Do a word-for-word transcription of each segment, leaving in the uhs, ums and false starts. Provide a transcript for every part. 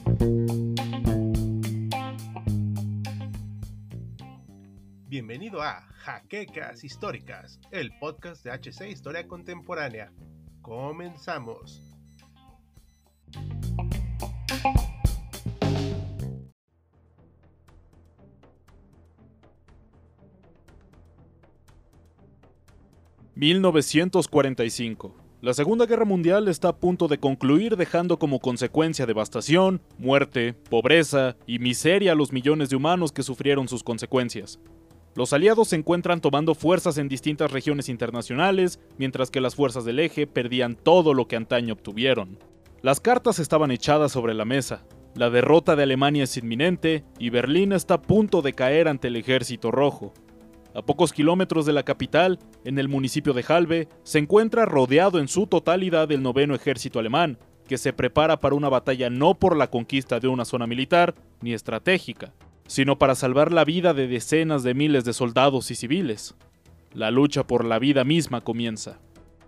Bienvenido a Jaquecas Históricas, el podcast de H C Historia Contemporánea. Comenzamos. mil novecientos cuarenta y cinco. La Segunda Guerra Mundial está a punto de concluir, dejando como consecuencia devastación, muerte, pobreza y miseria a los millones de humanos que sufrieron sus consecuencias. Los aliados se encuentran tomando fuerzas en distintas regiones internacionales, mientras que las fuerzas del eje perdían todo lo que antaño obtuvieron. Las cartas estaban echadas sobre la mesa. La derrota de Alemania es inminente y Berlín está a punto de caer ante el Ejército Rojo. A pocos kilómetros de la capital, en el municipio de Halbe, se encuentra rodeado en su totalidad el noveno ejército alemán, que se prepara para una batalla no por la conquista de una zona militar ni estratégica, sino para salvar la vida de decenas de miles de soldados y civiles. La lucha por la vida misma comienza.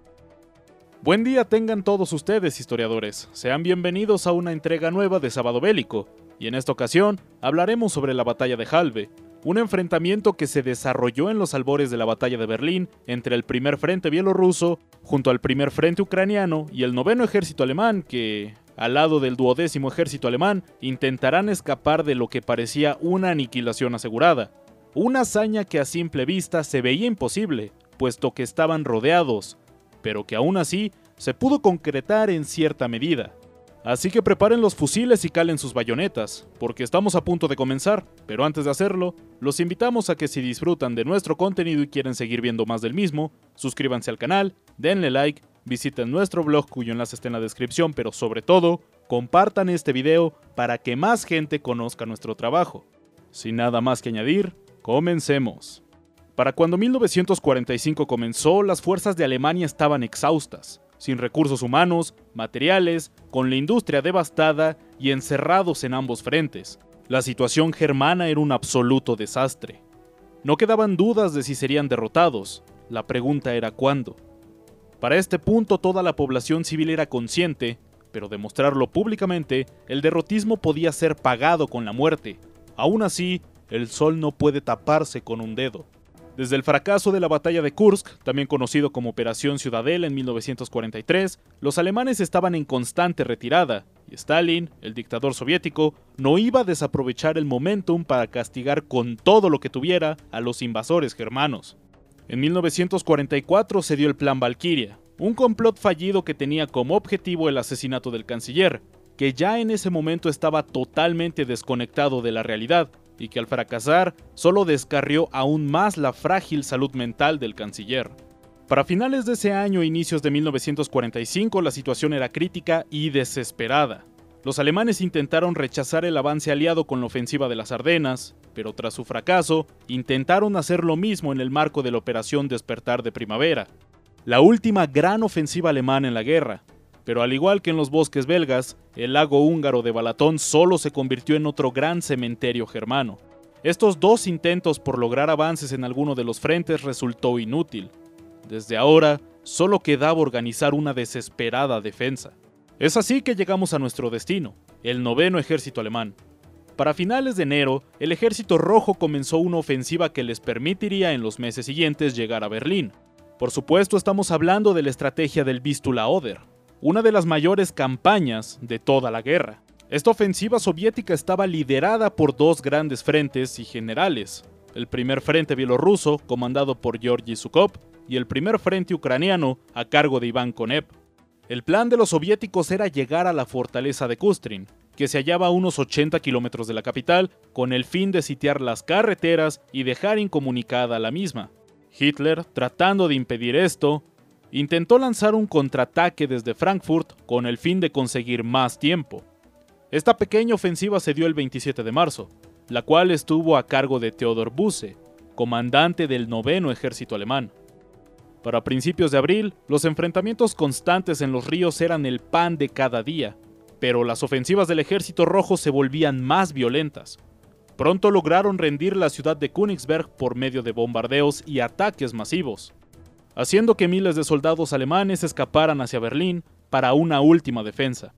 Buen día tengan todos ustedes, historiadores. Sean bienvenidos a una entrega nueva de Sábado Bélico, y en esta ocasión hablaremos sobre la batalla de Halbe, un enfrentamiento que se desarrolló en los albores de la batalla de Berlín entre el primer frente bielorruso junto al primer frente ucraniano y el noveno ejército alemán que, al lado del duodécimo ejército alemán, intentarán escapar de lo que parecía una aniquilación asegurada. Una hazaña que a simple vista se veía imposible, puesto que estaban rodeados, pero que aún así se pudo concretar en cierta medida. Así que preparen los fusiles y calen sus bayonetas, porque estamos a punto de comenzar, pero antes de hacerlo, los invitamos a que si disfrutan de nuestro contenido y quieren seguir viendo más del mismo, suscríbanse al canal, denle like, visiten nuestro blog cuyo enlace está en la descripción, pero sobre todo, compartan este video para que más gente conozca nuestro trabajo. Sin nada más que añadir, comencemos. Para cuando mil novecientos cuarenta y cinco comenzó, las fuerzas de Alemania estaban exhaustas, sin recursos humanos, materiales, con la industria devastada y encerrados en ambos frentes. La situación germana era un absoluto desastre. No quedaban dudas de si serían derrotados, la pregunta era cuándo. Para este punto toda la población civil era consciente, pero demostrarlo públicamente, el derrotismo podía ser pagado con la muerte. Aún así, el sol no puede taparse con un dedo. Desde el fracaso de la batalla de Kursk, también conocido como Operación Ciudadela en mil novecientos cuarenta y tres, los alemanes estaban en constante retirada, y Stalin, el dictador soviético, no iba a desaprovechar el momentum para castigar con todo lo que tuviera a los invasores germanos. En mil novecientos cuarenta y cuatro se dio el Plan Valquiria, un complot fallido que tenía como objetivo el asesinato del canciller, que ya en ese momento estaba totalmente desconectado de la realidad, y que al fracasar solo descarrió aún más la frágil salud mental del canciller. Para finales de ese año e inicios de mil novecientos cuarenta y cinco la situación era crítica y desesperada. Los alemanes intentaron rechazar el avance aliado con la ofensiva de las Ardenas, pero tras su fracaso, intentaron hacer lo mismo en el marco de la Operación Despertar de Primavera, la última gran ofensiva alemana en la guerra. Pero al igual que en los bosques belgas, el lago húngaro de Balatón solo se convirtió en otro gran cementerio germano. Estos dos intentos por lograr avances en alguno de los frentes resultó inútil. Desde ahora, solo quedaba organizar una desesperada defensa. Es así que llegamos a nuestro destino, el noveno ejército alemán. Para finales de enero, el ejército rojo comenzó una ofensiva que les permitiría en los meses siguientes llegar a Berlín. Por supuesto, estamos hablando de la estrategia del Vistula Oder, una de las mayores campañas de toda la guerra. Esta ofensiva soviética estaba liderada por dos grandes frentes y generales, el primer frente bielorruso, comandado por Georgy Zhukov, y el primer frente ucraniano, a cargo de Iván Konev. El plan de los soviéticos era llegar a la fortaleza de Kustrin, que se hallaba a unos ochenta kilómetros de la capital, con el fin de sitiar las carreteras y dejar incomunicada la misma. Hitler, tratando de impedir esto, intentó lanzar un contraataque desde Frankfurt con el fin de conseguir más tiempo. Esta pequeña ofensiva se dio el veintisiete de marzo, la cual estuvo a cargo de Theodor Busse, comandante del noveno ejército alemán. Para principios de abril, los enfrentamientos constantes en los ríos eran el pan de cada día, pero las ofensivas del ejército rojo se volvían más violentas. Pronto lograron rendir la ciudad de Königsberg por medio de bombardeos y ataques masivos, haciendo que miles de soldados alemanes escaparan hacia Berlín para una última defensa.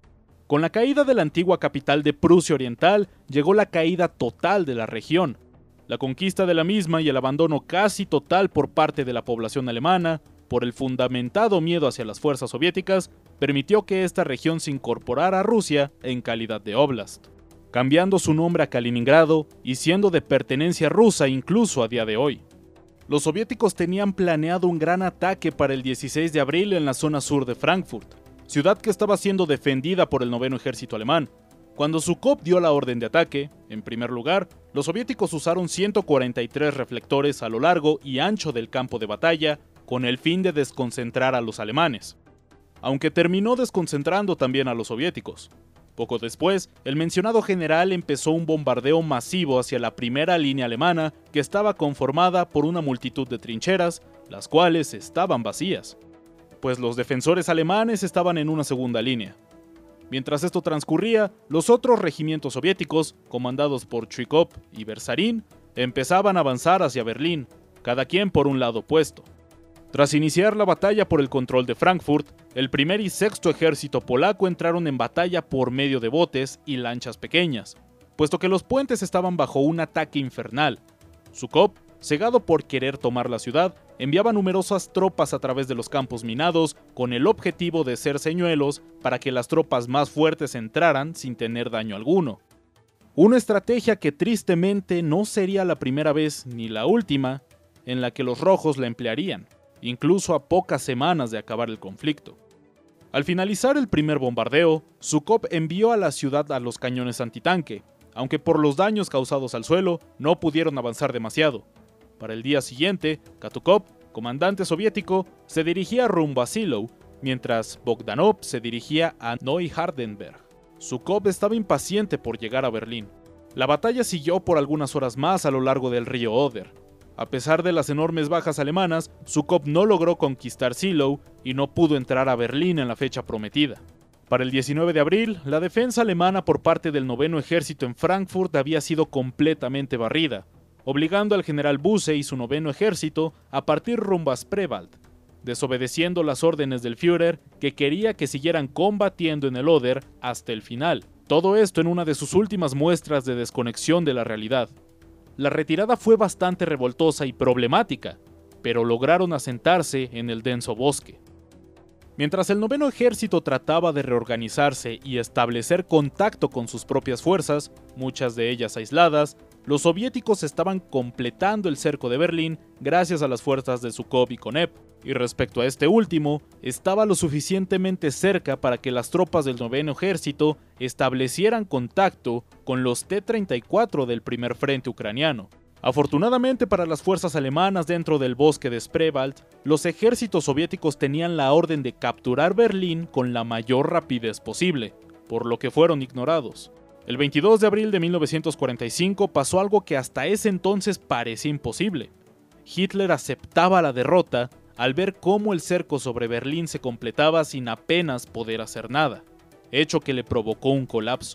Con la caída de la antigua capital de Prusia Oriental, llegó la caída total de la región. La conquista de la misma y el abandono casi total por parte de la población alemana, por el fundamentado miedo hacia las fuerzas soviéticas, permitió que esta región se incorporara a Rusia en calidad de oblast, cambiando su nombre a Kaliningrado y siendo de pertenencia rusa incluso a día de hoy. Los soviéticos tenían planeado un gran ataque para el dieciséis de abril en la zona sur de Frankfurt, ciudad que estaba siendo defendida por el noveno ejército alemán. Cuando Zhukov dio la orden de ataque, en primer lugar, los soviéticos usaron ciento cuarenta y tres reflectores a lo largo y ancho del campo de batalla con el fin de desconcentrar a los alemanes, aunque terminó desconcentrando también a los soviéticos. Poco después, el mencionado general empezó un bombardeo masivo hacia la primera línea alemana, que estaba conformada por una multitud de trincheras, las cuales estaban vacías, pues los defensores alemanes estaban en una segunda línea. Mientras esto transcurría, los otros regimientos soviéticos, comandados por Zhukov y Bersarin, empezaban a avanzar hacia Berlín, cada quien por un lado opuesto. Tras iniciar la batalla por el control de Frankfurt, el primer y sexto ejército polaco entraron en batalla por medio de botes y lanchas pequeñas, puesto que los puentes estaban bajo un ataque infernal. Zhukov, cegado por querer tomar la ciudad, enviaba numerosas tropas a través de los campos minados con el objetivo de ser señuelos para que las tropas más fuertes entraran sin tener daño alguno. Una estrategia que tristemente no sería la primera vez ni la última en la que los rojos la emplearían, incluso a pocas semanas de acabar el conflicto. Al finalizar el primer bombardeo, Zhukov envió a la ciudad a los cañones antitanque, aunque por los daños causados al suelo no pudieron avanzar demasiado. Para el día siguiente, Katukov, comandante soviético, se dirigía rumbo a Zilow, mientras Bogdanov se dirigía a Neuhardenberg. Zhukov estaba impaciente por llegar a Berlín. La batalla siguió por algunas horas más a lo largo del río Oder. A pesar de las enormes bajas alemanas, Zhukov no logró conquistar Zilow y no pudo entrar a Berlín en la fecha prometida. Para el diecinueve de abril, la defensa alemana por parte del noveno ejército en Frankfurt había sido completamente barrida, obligando al general Busse y su noveno ejército a partir rumbo a Spreewald, desobedeciendo las órdenes del Führer, que quería que siguieran combatiendo en el Oder hasta el final. Todo esto en una de sus últimas muestras de desconexión de la realidad. La retirada fue bastante revoltosa y problemática, pero lograron asentarse en el denso bosque. Mientras el noveno ejército trataba de reorganizarse y establecer contacto con sus propias fuerzas, muchas de ellas aisladas, los soviéticos estaban completando el cerco de Berlín gracias a las fuerzas de Zhukov y Konev, y respecto a este último, estaba lo suficientemente cerca para que las tropas del noveno ejército establecieran contacto con los T treinta y cuatro del primer frente ucraniano. Afortunadamente para las fuerzas alemanas dentro del bosque de Spreewald, los ejércitos soviéticos tenían la orden de capturar Berlín con la mayor rapidez posible, por lo que fueron ignorados. El veintidós de abril de mil novecientos cuarenta y cinco pasó algo que hasta ese entonces parecía imposible. Hitler aceptaba la derrota al ver cómo el cerco sobre Berlín se completaba sin apenas poder hacer nada, hecho que le provocó un colapso.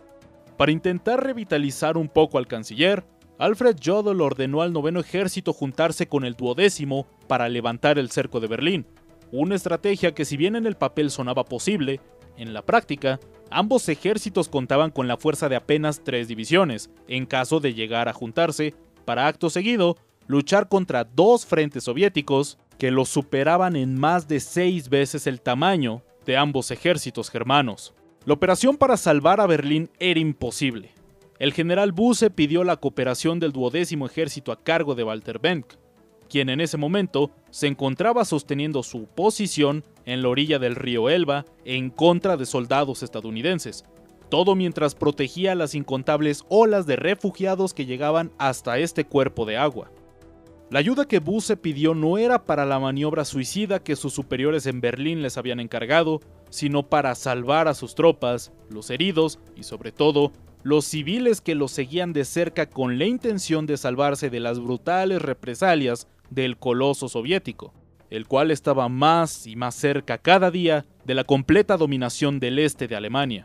Para intentar revitalizar un poco al canciller, Alfred Jodl ordenó al noveno ejército juntarse con el duodécimo para levantar el cerco de Berlín, una estrategia que si bien en el papel sonaba posible, en la práctica, ambos ejércitos contaban con la fuerza de apenas tres divisiones, en caso de llegar a juntarse, para acto seguido, luchar contra dos frentes soviéticos que los superaban en más de seis veces el tamaño de ambos ejércitos germanos. La operación para salvar a Berlín era imposible. El general Busse pidió la cooperación del duodécimo ejército a cargo de Walter Benck, quien en ese momento se encontraba sosteniendo su posición en la orilla del río Elba en contra de soldados estadounidenses, todo mientras protegía las incontables olas de refugiados que llegaban hasta este cuerpo de agua. La ayuda que Busse pidió no era para la maniobra suicida que sus superiores en Berlín les habían encargado, sino para salvar a sus tropas, los heridos y sobre todo, los civiles que los seguían de cerca con la intención de salvarse de las brutales represalias del coloso soviético, el cual estaba más y más cerca cada día de la completa dominación del este de Alemania.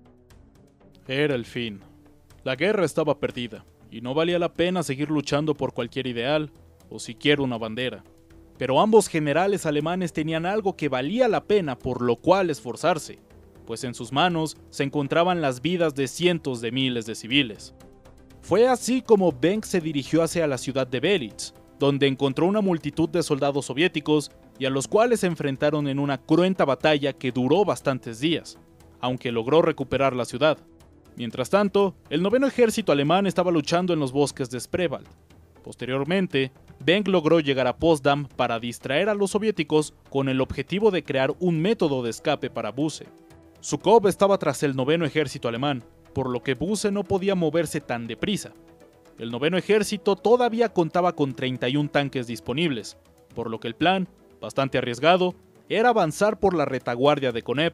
Era el fin. La guerra estaba perdida, y no valía la pena seguir luchando por cualquier ideal, o siquiera una bandera. Pero ambos generales alemanes tenían algo que valía la pena por lo cual esforzarse, pues en sus manos se encontraban las vidas de cientos de miles de civiles. Fue así como Benck se dirigió hacia la ciudad de Belitz, donde encontró una multitud de soldados soviéticos y a los cuales se enfrentaron en una cruenta batalla que duró bastantes días, aunque logró recuperar la ciudad. Mientras tanto, el noveno ejército alemán estaba luchando en los bosques de Spreewald. Posteriormente, Benck logró llegar a Potsdam para distraer a los soviéticos con el objetivo de crear un método de escape para Busse. Zhukov estaba tras el noveno ejército alemán, por lo que Busse no podía moverse tan deprisa. El noveno ejército todavía contaba con treinta y un tanques disponibles, por lo que el plan, bastante arriesgado, era avanzar por la retaguardia de Konev.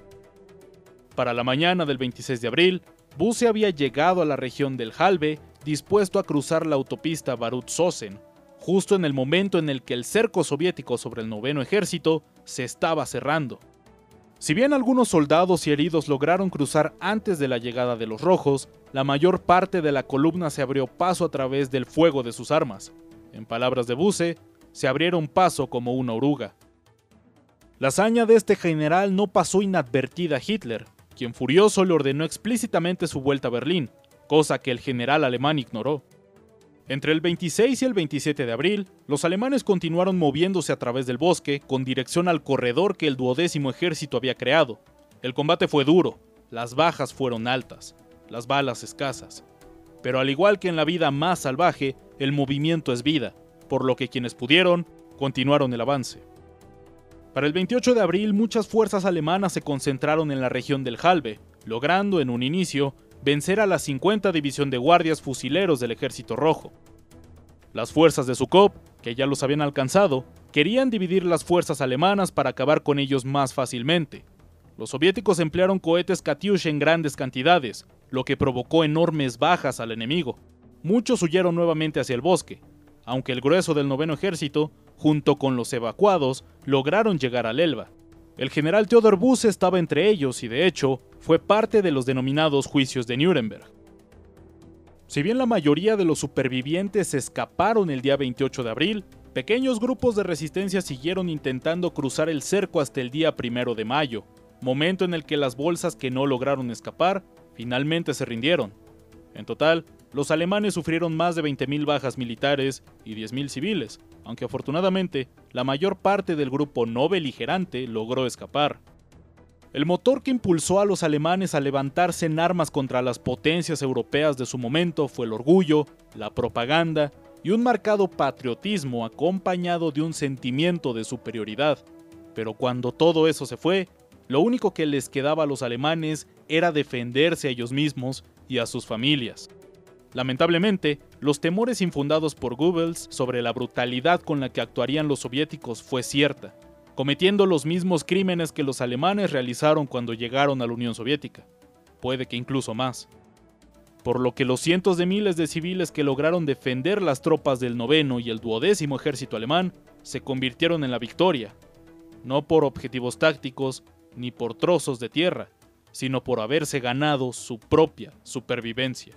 Para la mañana del veintiséis de abril, Busse había llegado a la región del Halbe, dispuesto a cruzar la autopista Barut-Zosen, justo en el momento en el que el cerco soviético sobre el noveno ejército se estaba cerrando. Si bien algunos soldados y heridos lograron cruzar antes de la llegada de los rojos, la mayor parte de la columna se abrió paso a través del fuego de sus armas. En palabras de Busse, se abrieron paso como una oruga. La hazaña de este general no pasó inadvertida a Hitler, quien furioso le ordenó explícitamente su vuelta a Berlín, cosa que el general alemán ignoró. Entre el veintiséis y el veintisiete de abril, los alemanes continuaron moviéndose a través del bosque con dirección al corredor que el duodécimo ejército había creado. El combate fue duro, las bajas fueron altas, las balas escasas. Pero al igual que en la vida más salvaje, el movimiento es vida, por lo que quienes pudieron, continuaron el avance. Para el veintiocho de abril, muchas fuerzas alemanas se concentraron en la región del Halbe, logrando en un inicio vencer a la cincuenta División de Guardias Fusileros del Ejército Rojo. Las fuerzas de Zhukov, que ya los habían alcanzado, querían dividir las fuerzas alemanas para acabar con ellos más fácilmente. Los soviéticos emplearon cohetes Katyusha en grandes cantidades, lo que provocó enormes bajas al enemigo. Muchos huyeron nuevamente hacia el bosque, aunque el grueso del noveno ejército, junto con los evacuados, lograron llegar al Elba. El general Theodor Busse estaba entre ellos y, de hecho, fue parte de los denominados juicios de Nuremberg. Si bien la mayoría de los supervivientes escaparon el día veintiocho de abril, pequeños grupos de resistencia siguieron intentando cruzar el cerco hasta el día primero de mayo, momento en el que las bolsas que no lograron escapar finalmente se rindieron. En total, los alemanes sufrieron más de veinte mil bajas militares y diez mil civiles, aunque afortunadamente la mayor parte del grupo no beligerante logró escapar. El motor que impulsó a los alemanes a levantarse en armas contra las potencias europeas de su momento fue el orgullo, la propaganda y un marcado patriotismo acompañado de un sentimiento de superioridad. Pero cuando todo eso se fue, lo único que les quedaba a los alemanes era defenderse a ellos mismos y a sus familias. Lamentablemente, los temores infundados por Goebbels sobre la brutalidad con la que actuarían los soviéticos fue cierta, cometiendo los mismos crímenes que los alemanes realizaron cuando llegaron a la Unión Soviética, puede que incluso más. Por lo que los cientos de miles de civiles que lograron defender las tropas del noveno y el duodécimo ejército alemán se convirtieron en la victoria, no por objetivos tácticos ni por trozos de tierra, sino por haberse ganado su propia supervivencia.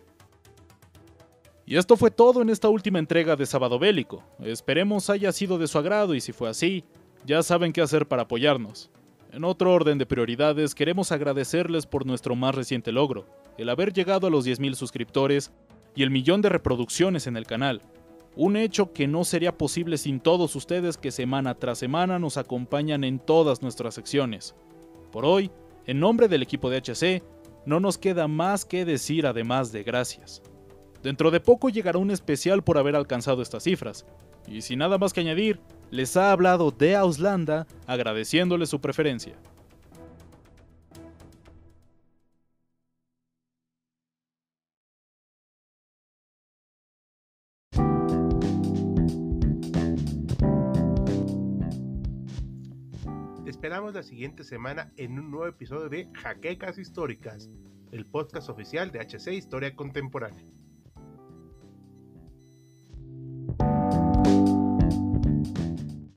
Y esto fue todo en esta última entrega de Sábado Bélico. Esperemos haya sido de su agrado y si fue así, ya saben qué hacer para apoyarnos. En otro orden de prioridades, queremos agradecerles por nuestro más reciente logro, el haber llegado a los diez mil suscriptores y el millón de reproducciones en el canal. Un hecho que no sería posible sin todos ustedes que semana tras semana nos acompañan en todas nuestras secciones. Por hoy, en nombre del equipo de H C, no nos queda más que decir además de gracias. Dentro de poco llegará un especial por haber alcanzado estas cifras, y sin nada más que añadir, les ha hablado de Auslanda agradeciéndole su preferencia. Te esperamos la siguiente semana en un nuevo episodio de Jaquecas Históricas, el podcast oficial de H C Historia Contemporánea.